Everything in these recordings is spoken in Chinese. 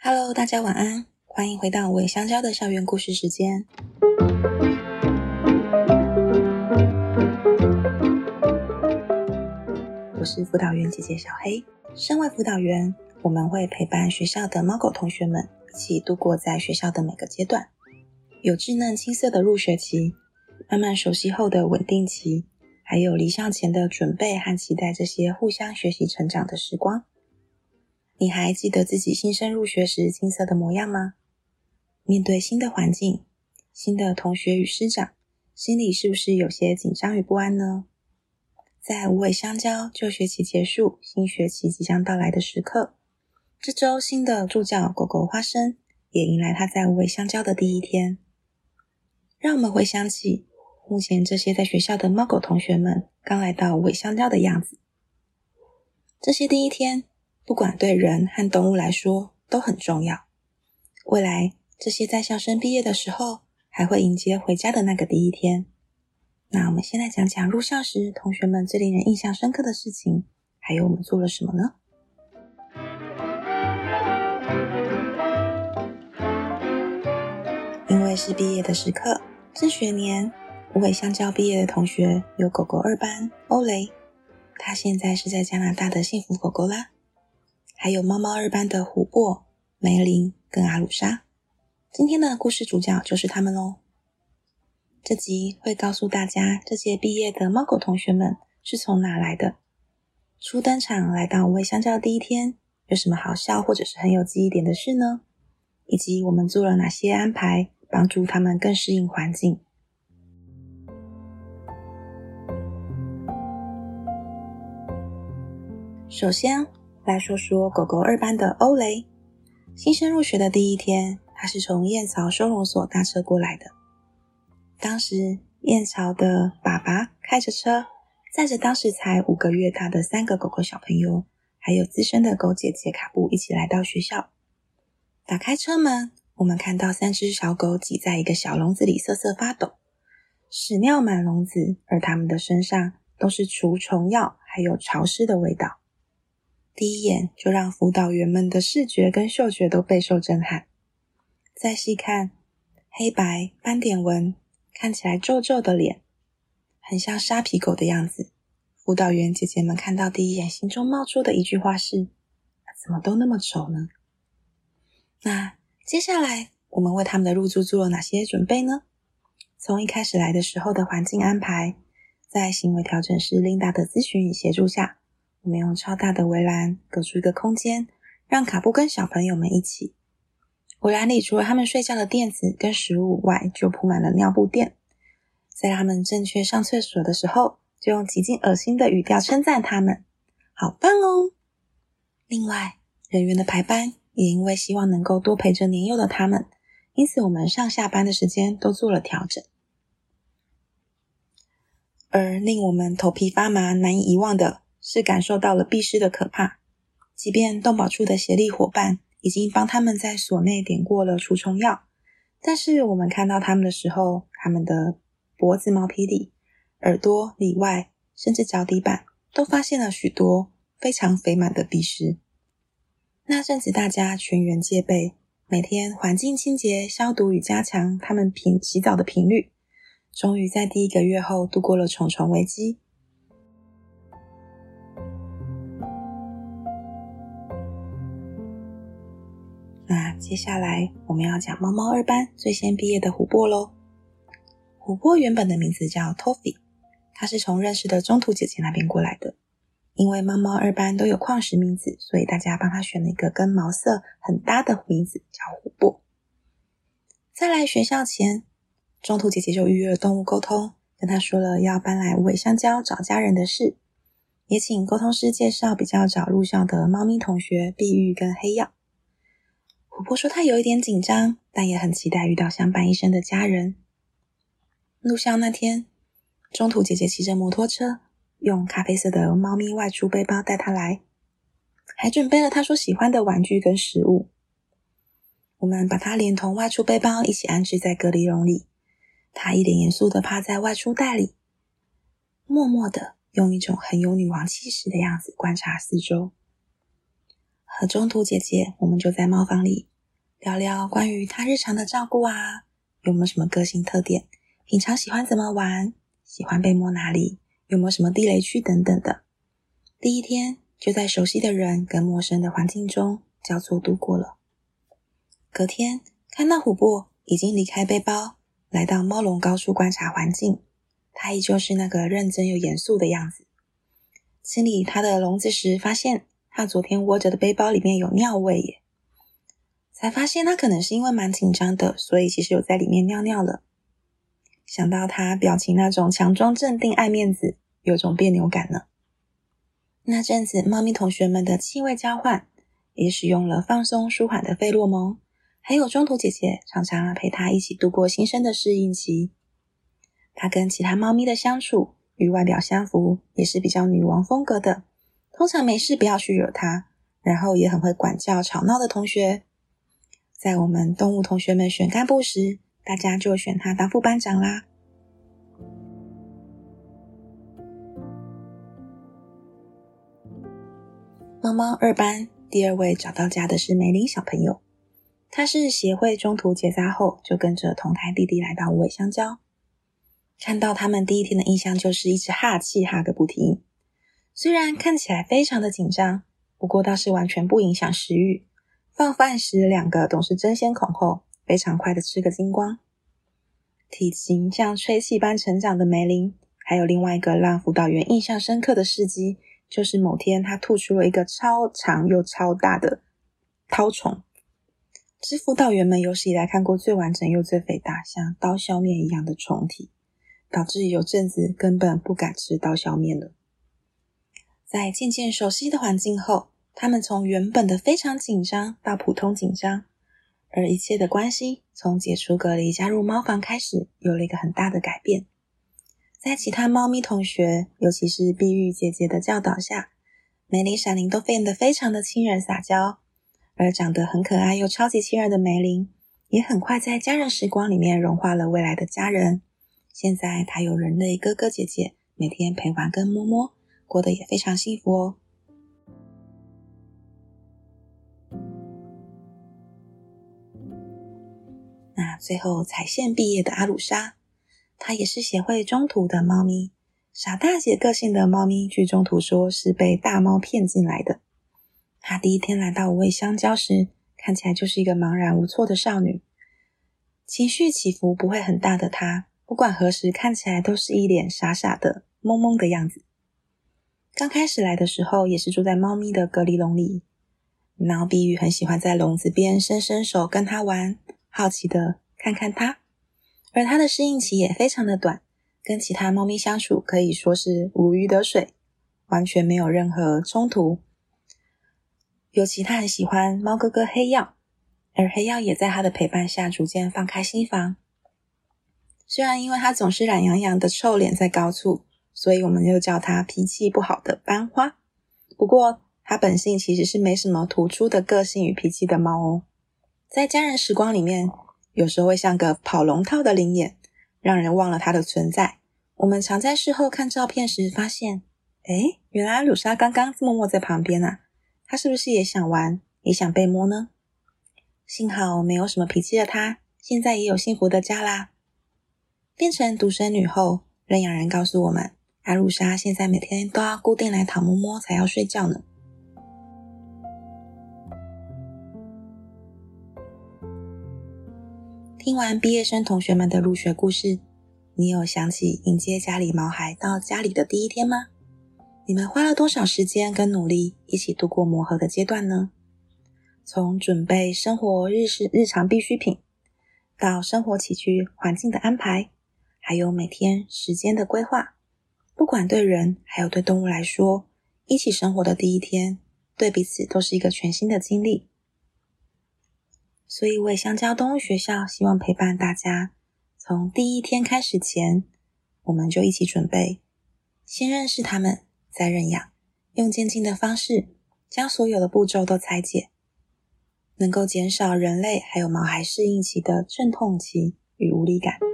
Hello， 大家晚安，欢迎回到无尾香蕉的校园故事时间。我是辅导员姐姐小黑。身为辅导员，我们会陪伴学校的猫狗同学们一起度过在学校的每个阶段，有稚嫩青涩的入学期，慢慢熟悉后的稳定期，还有离校前的准备和期待这些互相学习成长的时光。你还记得自己新生入学时青涩的模样吗？面对新的环境、新的同学与师长，心里是不是有些紧张与不安呢？在无尾香蕉旧学期结束、新学期即将到来的时刻，这周新的助教狗狗花生也迎来它在无尾香蕉的第一天。让我们回想起目前这些在学校的猫狗同学们刚来到无尾香蕉的样子。这些第一天不管对人和动物来说都很重要。未来这些在校生毕业的时候还会迎接回家的那个第一天。那我们先来讲讲入校时同学们最令人印象深刻的事情，还有我们做了什么呢？因为是毕业的时刻，这学年无尾香蕉毕业的同学有狗狗2班欧雷，他现在是在加拿大的幸福狗狗啦。还有猫猫2班的琥珀、梅林跟阿鲁莎。今天的故事主角就是他们咯。这集会告诉大家这些毕业的猫狗同学们是从哪来的，初登场来到无尾香蕉的第一天有什么好笑或者是很有记忆点的事呢？以及我们做了哪些安排帮助他们更适应环境。首先来说说狗狗2班的欧雷。新生入学的第一天，他是从燕巢收容所搭车过来的。当时燕巢的爸爸开着车，载着当时才5个月大的3个狗狗小朋友，还有资深的狗姐姐卡布一起来到学校。打开车门，我们看到3只小狗挤在一个小笼子里瑟瑟发抖，屎尿满笼子，而它们的身上都是除虫药还有潮湿的味道。第一眼就让辅导员们的视觉跟嗅觉都备受震撼。再细看，黑白斑点纹，看起来皱皱的脸，很像沙皮狗的样子。辅导员姐姐们看到第一眼，心中冒出的一句话是：怎么都那么丑呢？那接下来我们为他们的入住做了哪些准备呢？从一开始来的时候的环境安排，在行为调整师琳达的咨询与协助下，我们用超大的围栏隔出一个空间，让卡布跟小朋友们一起。围栏里除了他们睡觉的垫子跟食物外，就铺满了尿布垫。在他们正确上厕所的时候，就用极尽恶心的语调称赞他们，好棒哦！另外，人员的排班也因为希望能够多陪着年幼的他们，因此我们上下班的时间都做了调整。而令我们头皮发麻难以遗忘的是感受到了闭尸的可怕。即便动保处的协力伙伴已经帮他们在所内点过了除虫药，但是我们看到他们的时候，他们的脖子毛皮里、耳朵里外，甚至脚底板都发现了许多非常肥满的闭尸。那阵子大家全员戒备，每天环境清洁、消毒与加强他们洗澡的频率，终于在第1个月后度过了虫虫危机。那接下来我们要讲猫猫2班最先毕业的琥珀咯。琥珀原本的名字叫 Toffee， 它是从认识的中途姐姐那边过来的。因为猫猫2班都有矿石名字，所以大家帮它选了一个跟毛色很搭的名字，叫琥珀。在来学校前，中途姐姐就预约了动物沟通，跟他说了要搬来无尾香蕉找家人的事，也请沟通师介绍比较早入校的猫咪同学碧玉跟黑曜。琥珀说他有一点紧张，但也很期待遇到相伴一生的家人。入校那天，中途姐姐骑着摩托车，用咖啡色的猫咪外出背包带他来，还准备了他所喜欢的玩具跟食物。我们把他连同外出背包一起安置在隔离笼里，他一脸严肃地趴在外出袋里，默默地用一种很有女王气势的样子观察四周。和中途姐姐，我们就在猫房里聊聊关于他日常的照顾啊，有没有什么个性特点，平常喜欢怎么玩，喜欢被摸哪里，有没有什么地雷区等等的。第一天就在熟悉的人跟陌生的环境中交错度过了。隔天看到琥珀已经离开背包，来到猫笼高处观察环境，他依旧是那个认真又严肃的样子。清理他的笼子时，发现他昨天窝着的背包里面有尿味耶，才发现他可能是因为蛮紧张的，所以其实有在里面尿尿了。想到他表情那种强装镇定爱面子，有种别扭感呢。那阵子猫咪同学们的气味交换也使用了放松舒缓的费洛蒙，还有中途姐姐常常陪他一起度过新生的适应期。他跟其他猫咪的相处与外表相符，也是比较女王风格的，通常没事不要去惹他，然后也很会管教吵闹的同学。在我们动物同学们选干部时，大家就选他当副班长啦。猫猫2班第2位找到家的是梅林小朋友，他是协会中途结扎后就跟着同台弟弟来到无尾香蕉。看到他们第一天的印象就是一直哈气哈个不停，虽然看起来非常的紧张，不过倒是完全不影响食欲。放饭时2个总是争先恐后，非常快的吃个精光。体型像吹气般成长的梅林，还有另外一个让辅导员印象深刻的事迹，就是某天他吐出了一个超长又超大的绦虫，是辅导员们有史以来看过最完整又最肥大，像刀削面一样的虫体，导致有阵子根本不敢吃刀削面了。在渐渐熟悉的环境后，他们从原本的非常紧张到普通紧张，而一切的关系从解除隔离加入猫房开始，有了一个很大的改变。在其他猫咪同学，尤其是碧玉姐姐的教导下，梅林、闪灵都变得非常的亲人撒娇，而长得很可爱又超级亲人的梅林，也很快在家人时光里面融化了未来的家人。现在他有人类哥哥姐姐，每天陪玩跟摸摸，过得也非常幸福哦。那最后踩线毕业的阿鲁莎，它也是协会中途的猫咪，傻大姐个性的猫咪，据中途说是被大猫骗进来的。她第一天来到无尾香蕉时，看起来就是一个茫然无措的少女，情绪起伏不会很大的她，不管何时看起来都是一脸傻傻的懵懵的样子。刚开始来的时候也是住在猫咪的隔离笼里，然后碧玉很喜欢在笼子边伸伸手跟它玩，好奇的看看它。而它的适应期也非常的短，跟其他猫咪相处可以说是如鱼得水，完全没有任何冲突。尤其它很喜欢猫哥哥黑曜，而黑曜也在它的陪伴下逐渐放开心房。虽然因为它总是懒洋洋的臭脸在高处，所以我们就叫它脾气不好的班花。不过它本性其实是没什么突出的个性与脾气的猫哦。在家人时光里面，有时候会像个跑龙套的灵眼，让人忘了它的存在。我们常在事后看照片时发现，原来阿鲁莎刚刚默默在旁边啊，她是不是也想玩，也想被摸呢？幸好没有什么脾气的她，现在也有幸福的家啦。变成独生女后，认养人告诉我们，阿鲁莎现在每天都要固定来讨摸摸才要睡觉呢。听完毕业生同学们的入学故事，你有想起迎接家里毛孩到家里的第一天吗？你们花了多少时间跟努力一起度过磨合的阶段呢？从准备生活日常必需品，到生活起居环境的安排，还有每天时间的规划，不管对人还有对动物来说，一起生活的第一天对彼此都是一个全新的经历。所以为香蕉动物学校希望陪伴大家，从第一天开始前，我们就一起准备，先认识他们，再认养，用渐进的方式将所有的步骤都拆解，能够减少人类还有毛孩适应期的阵痛期与无力感。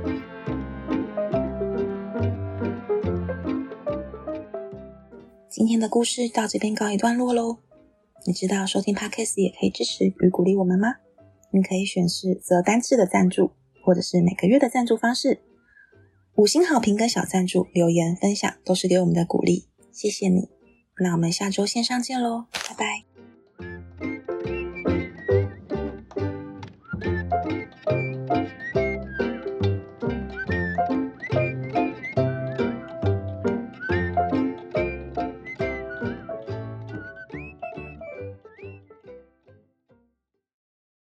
今天的故事到这边告一段落咯。你知道收听 Podcast 也可以支持与鼓励我们吗？ 你可以选择单次的赞助，或者是每个月的赞助方式。5星好评跟小赞助、留言分享都是给我们的鼓励，谢谢你。那我们下周线上见咯，拜拜。